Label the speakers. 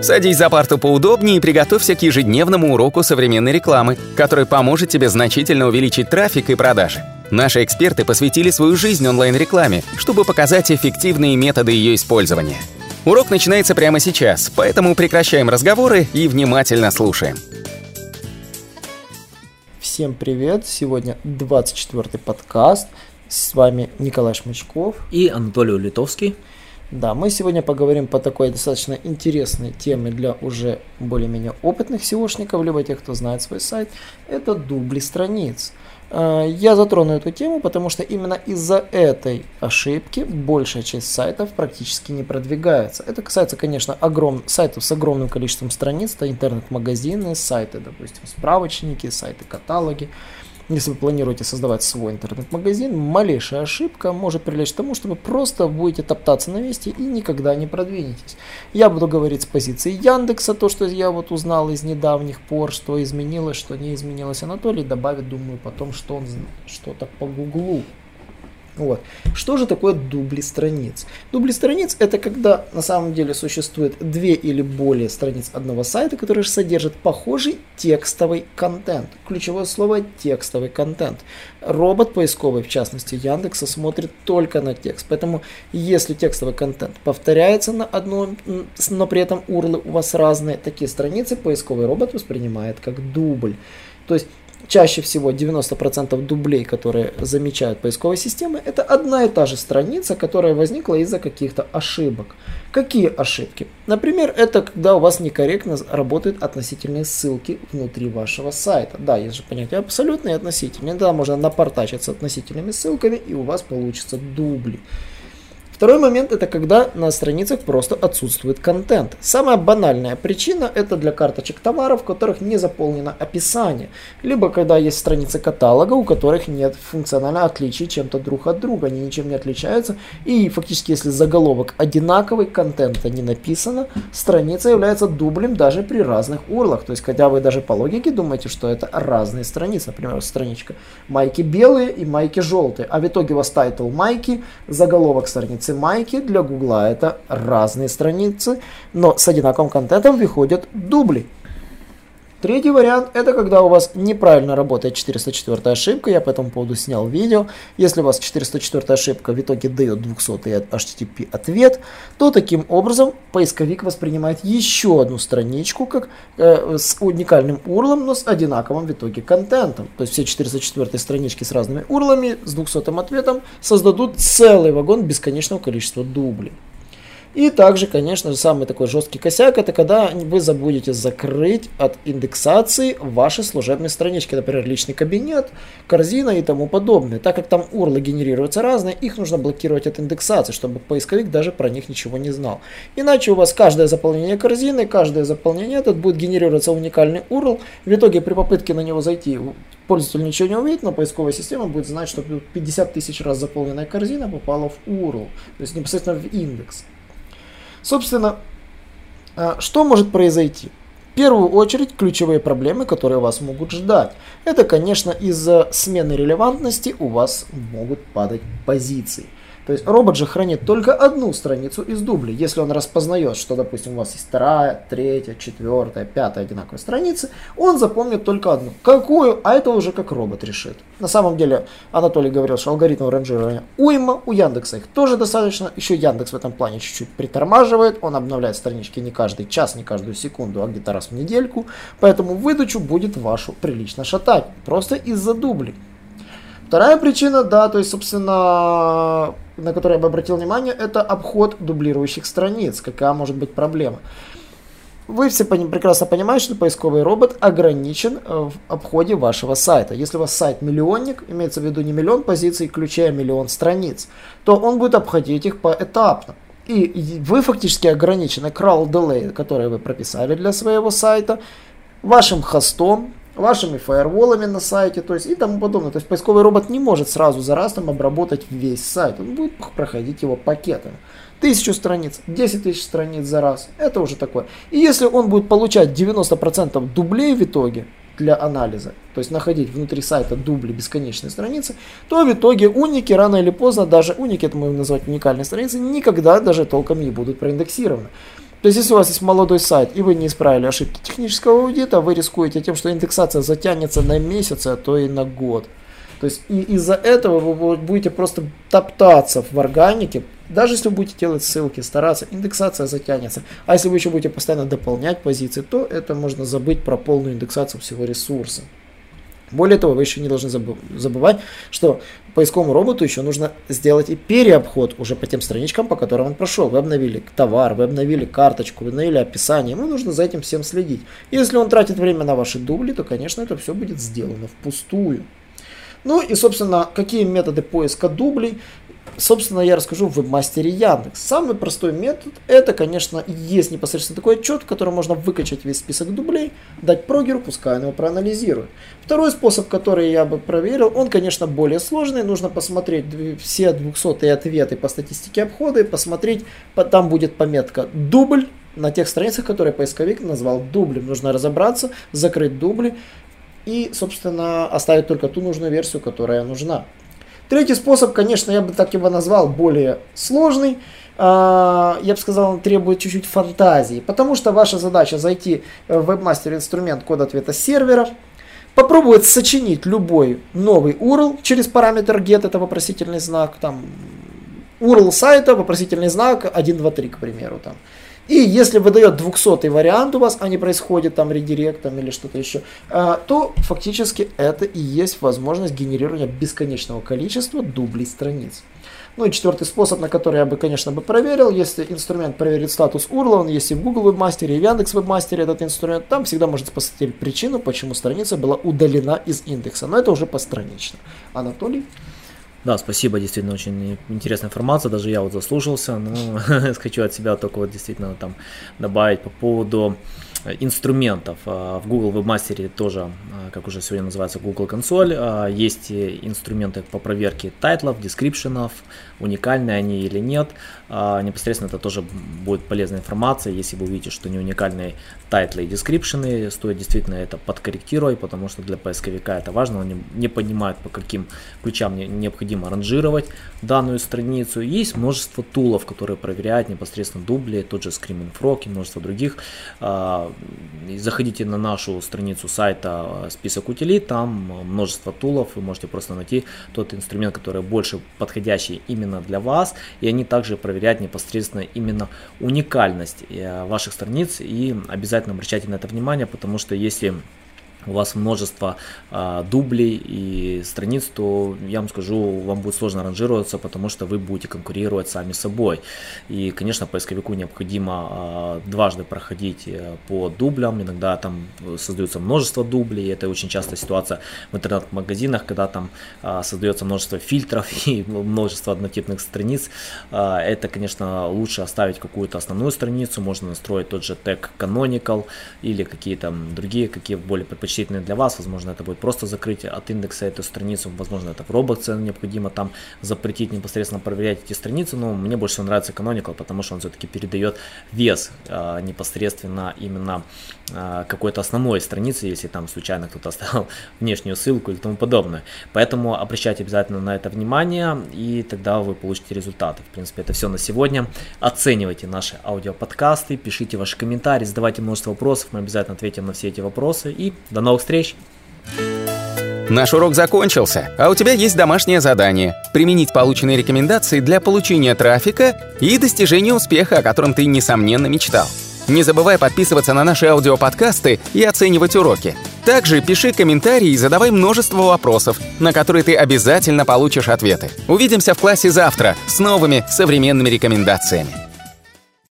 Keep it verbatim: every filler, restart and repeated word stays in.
Speaker 1: Садись за парту поудобнее и приготовься к ежедневному уроку современной рекламы, который поможет тебе значительно увеличить трафик и продажи. Наши эксперты посвятили свою жизнь онлайн-рекламе, чтобы показать эффективные методы ее использования. Урок начинается прямо сейчас, поэтому прекращаем разговоры и внимательно слушаем.
Speaker 2: Всем привет! Сегодня двадцать четвёртый подкаст. С вами Николай Шмычков
Speaker 3: и Анатолий Литовский.
Speaker 2: Да, мы сегодня поговорим по такой достаточно интересной теме для уже более-менее опытных сеошников, либо тех, кто знает свой сайт. Это дубли страниц. Я затрону эту тему, потому что именно из-за этой ошибки большая часть сайтов практически не продвигается. Это касается, конечно, огром... сайтов с огромным количеством страниц, это интернет-магазины, сайты, допустим, справочники, сайты-каталоги. Если вы планируете создавать свой интернет-магазин, малейшая ошибка может привлечь к тому, что вы просто будете топтаться на месте и никогда не продвинетесь. Я буду говорить с позиции Яндекса, то, что я вот узнал из недавних пор, что изменилось, что не изменилось. Анатолий добавит, думаю, потом, что он что-то по Гуглу. Вот. Что же такое дубли страниц? Дубли страниц — это когда на самом деле существует две или более страниц одного сайта, которые содержат похожий текстовый контент. Ключевое слово — текстовый контент. Робот поисковый, в частности Яндекса, смотрит только на текст. Поэтому если текстовый контент повторяется на одном, но при этом урлы у вас разные, такие страницы поисковый робот воспринимает как дубль. То есть чаще всего девяносто процентов дублей, которые замечают поисковые системы, это одна и та же страница, которая возникла из-за каких-то ошибок. Какие ошибки? Например, это когда у вас некорректно работают относительные ссылки внутри вашего сайта. Да, есть же понятие абсолютные и относительные. Да, можно напортачить с относительными ссылками, и у вас получится дубли. Второй момент — это когда на страницах просто отсутствует контент. Самая банальная причина — это для карточек товаров, в которых не заполнено описание. Либо когда есть страницы каталога, у которых нет функционального отличия чем-то друг от друга, они ничем не отличаются. И фактически, если заголовок одинаковый, контента не написано, страница является дублем даже при разных урлах. То есть, когда вы даже по логике думаете, что это разные страницы. Например, страничка майки белые и майки желтые, а в итоге у вас тайтл майки, заголовок страницы майки, для Гугла это разные страницы, но с одинаковым контентом выходят дубли. Третий вариант — это когда у вас неправильно работает четыреста четвёртая ошибка. Я по этому поводу снял видео. Если у вас четыреста четвёртая ошибка в итоге дает двухсотый эйч ти ти пи ответ, то таким образом поисковик воспринимает еще одну страничку как э, с уникальным урлом, но с одинаковым в итоге контентом. То есть все четыреста четвёртые странички с разными урлами, с двухсотым ответом создадут целый вагон бесконечного количества дублей. И также, конечно же, самый такой жесткий косяк — это когда вы забудете закрыть от индексации ваши служебные странички, например, личный кабинет, корзина и тому подобное. Так как там урлы генерируются разные, их нужно блокировать от индексации, чтобы поисковик даже про них ничего не знал. Иначе у вас каждое заполнение корзины, каждое заполнение этот будет генерироваться уникальный урл. В итоге при попытке на него зайти пользователь ничего не увидит, но поисковая система будет знать, что пятьдесят тысяч раз заполненная корзина попала в урл, то есть непосредственно в индекс. Собственно, что может произойти? В первую очередь, ключевые проблемы, которые вас могут ждать. Это, конечно, из-за смены релевантности у вас могут падать позиции. То есть робот же хранит только одну страницу из дублей. Если он распознает, что, допустим, у вас есть вторая, третья, четвертая, пятая одинаковые страницы, он запомнит только одну. Какую? А это уже как робот решит. На самом деле, Анатолий говорил, что алгоритмов ранжирования уйма, у Яндекса их тоже достаточно. Еще Яндекс в этом плане чуть-чуть притормаживает. Он обновляет странички не каждый час, не каждую секунду, а где-то раз в недельку. Поэтому выдачу будет вашу прилично шатать. Просто из-за дублей. Вторая причина, да, то есть, собственно, на которую я бы обратил внимание, это обход дублирующих страниц. Какая может быть проблема? Вы все прекрасно понимаете, что поисковый робот ограничен в обходе вашего сайта. Если у вас сайт миллионник, имеется в виду не миллион позиций, ключая миллион страниц, то он будет обходить их поэтапно. И вы фактически ограничены crawl delay, который вы прописали для своего сайта, вашим хостом, вашими фаерволами на сайте, то есть и тому подобное. То есть поисковый робот не может сразу за раз там обработать весь сайт. Он будет проходить его пакетами. Тысячу страниц, десять тысяч страниц за раз. Это уже такое. И если он будет получать девяносто процентов дублей в итоге для анализа, то есть находить внутри сайта дубли бесконечные страницы, то в итоге уники рано или поздно, даже уники, это мы называть уникальные страницы, никогда даже толком не будут проиндексированы. То есть, если у вас есть молодой сайт, и вы не исправили ошибки технического аудита, вы рискуете тем, что индексация затянется на месяц, а то и на год. То есть, и из-за этого вы будете просто топтаться в органике. Даже если вы будете делать ссылки, стараться, индексация затянется. А если вы еще будете постоянно дополнять позиции, то это можно забыть про полную индексацию всего ресурса. Более того, вы еще не должны забывать, что поисковому роботу еще нужно сделать и переобход уже по тем страничкам, по которым он прошел. Вы обновили товар, вы обновили карточку, вы обновили описание. Ему нужно за этим всем следить. Если он тратит время на ваши дубли, то, конечно, это все будет сделано впустую. Ну и, собственно, какие методы поиска дублей, собственно, я расскажу в вебмастере Яндекс. Самый простой метод, это, конечно, есть непосредственно такой отчет, в котором можно выкачать весь список дублей, дать прогеру, пускай он его проанализирует. Второй способ, который я бы проверил, он, конечно, более сложный. Нужно посмотреть все двухсотые ответы по статистике обхода и посмотреть, там будет пометка «дубль» на тех страницах, которые поисковик назвал дублем. Нужно разобраться, закрыть дубли и, собственно, оставить только ту нужную версию, которая нужна. Третий способ, конечно, я бы так его назвал, более сложный. Я бы сказал, он требует чуть-чуть фантазии, потому что ваша задача зайти в вебмастер инструмент код ответа сервера, попробовать сочинить любой новый ю ар эл через параметр get, это вопросительный знак, там ю ар эл сайта, вопросительный знак один, два, три, к примеру, там. И если выдает двухсотый вариант у вас, а не происходит там редирект там, или что-то еще, то фактически это и есть возможность генерирования бесконечного количества дублей страниц. Ну и четвертый способ, на который я бы, конечно, бы проверил, если инструмент проверит статус ю ар эл, он есть и в Google Webmaster, и в Яндекс Webmaster этот инструмент, там всегда может посмотреть причину, почему страница была удалена из индекса. Но это уже постранично. Анатолий?
Speaker 3: Да, спасибо, действительно очень интересная информация, даже я вот заслушался, но хочу от себя только вот действительно там добавить по поводу инструментов. В Google Webmaster тоже, как уже сегодня называется, Google консоль, есть инструменты по проверке тайтлов, дескрипшенов, уникальны они или нет. Непосредственно это тоже будет полезная информация. Если вы увидите, что не уникальные тайтлы и дескрипшены, стоит действительно это подкорректировать, потому что для поисковика это важно. Он не понимает, по каким ключам необходимо ранжировать данную страницу. Есть множество тулов, которые проверяют непосредственно дубли, тот же Screaming Frog и множество других. Заходите на нашу страницу сайта список утилит, там множество тулов, вы можете просто найти тот инструмент, который больше подходящий именно для вас, и они также проверяют непосредственно именно уникальность ваших страниц, и обязательно обращайте на это внимание, потому что если у вас множество а, дублей и страниц, то я вам скажу, вам будет сложно ранжироваться, потому что вы будете конкурировать сами собой. И, конечно, поисковику необходимо а, дважды проходить по дублям. Иногда там создается множество дублей. Это очень частая ситуация в интернет-магазинах, когда там а, создается множество фильтров и множество однотипных страниц. А, это, конечно, лучше оставить какую-то основную страницу. Можно настроить тот же тег Canonical или какие-то другие, какие более предпочтительные для вас. Возможно, это будет просто закрытие от индекса эту страницу, возможно, это в Robots необходимо там запретить непосредственно проверять эти страницы, но мне больше всего нравится Canonical, потому что он все-таки передает вес э, непосредственно именно э, какой-то основной страницы, если там случайно кто-то оставил внешнюю ссылку или тому подобное. Поэтому обращайте обязательно на это внимание, и тогда вы получите результаты. В принципе, это все на сегодня. Оценивайте наши аудиоподкасты, пишите ваши комментарии, задавайте множество вопросов, мы обязательно ответим на все эти вопросы, и до новых встреч!
Speaker 1: Наш урок закончился, а у тебя есть домашнее задание – применить полученные рекомендации для получения трафика и достижения успеха, о котором ты, несомненно, мечтал. Не забывай подписываться на наши аудиоподкасты и оценивать уроки. Также пиши комментарии и задавай множество вопросов, на которые ты обязательно получишь ответы. Увидимся в классе завтра с новыми современными рекомендациями.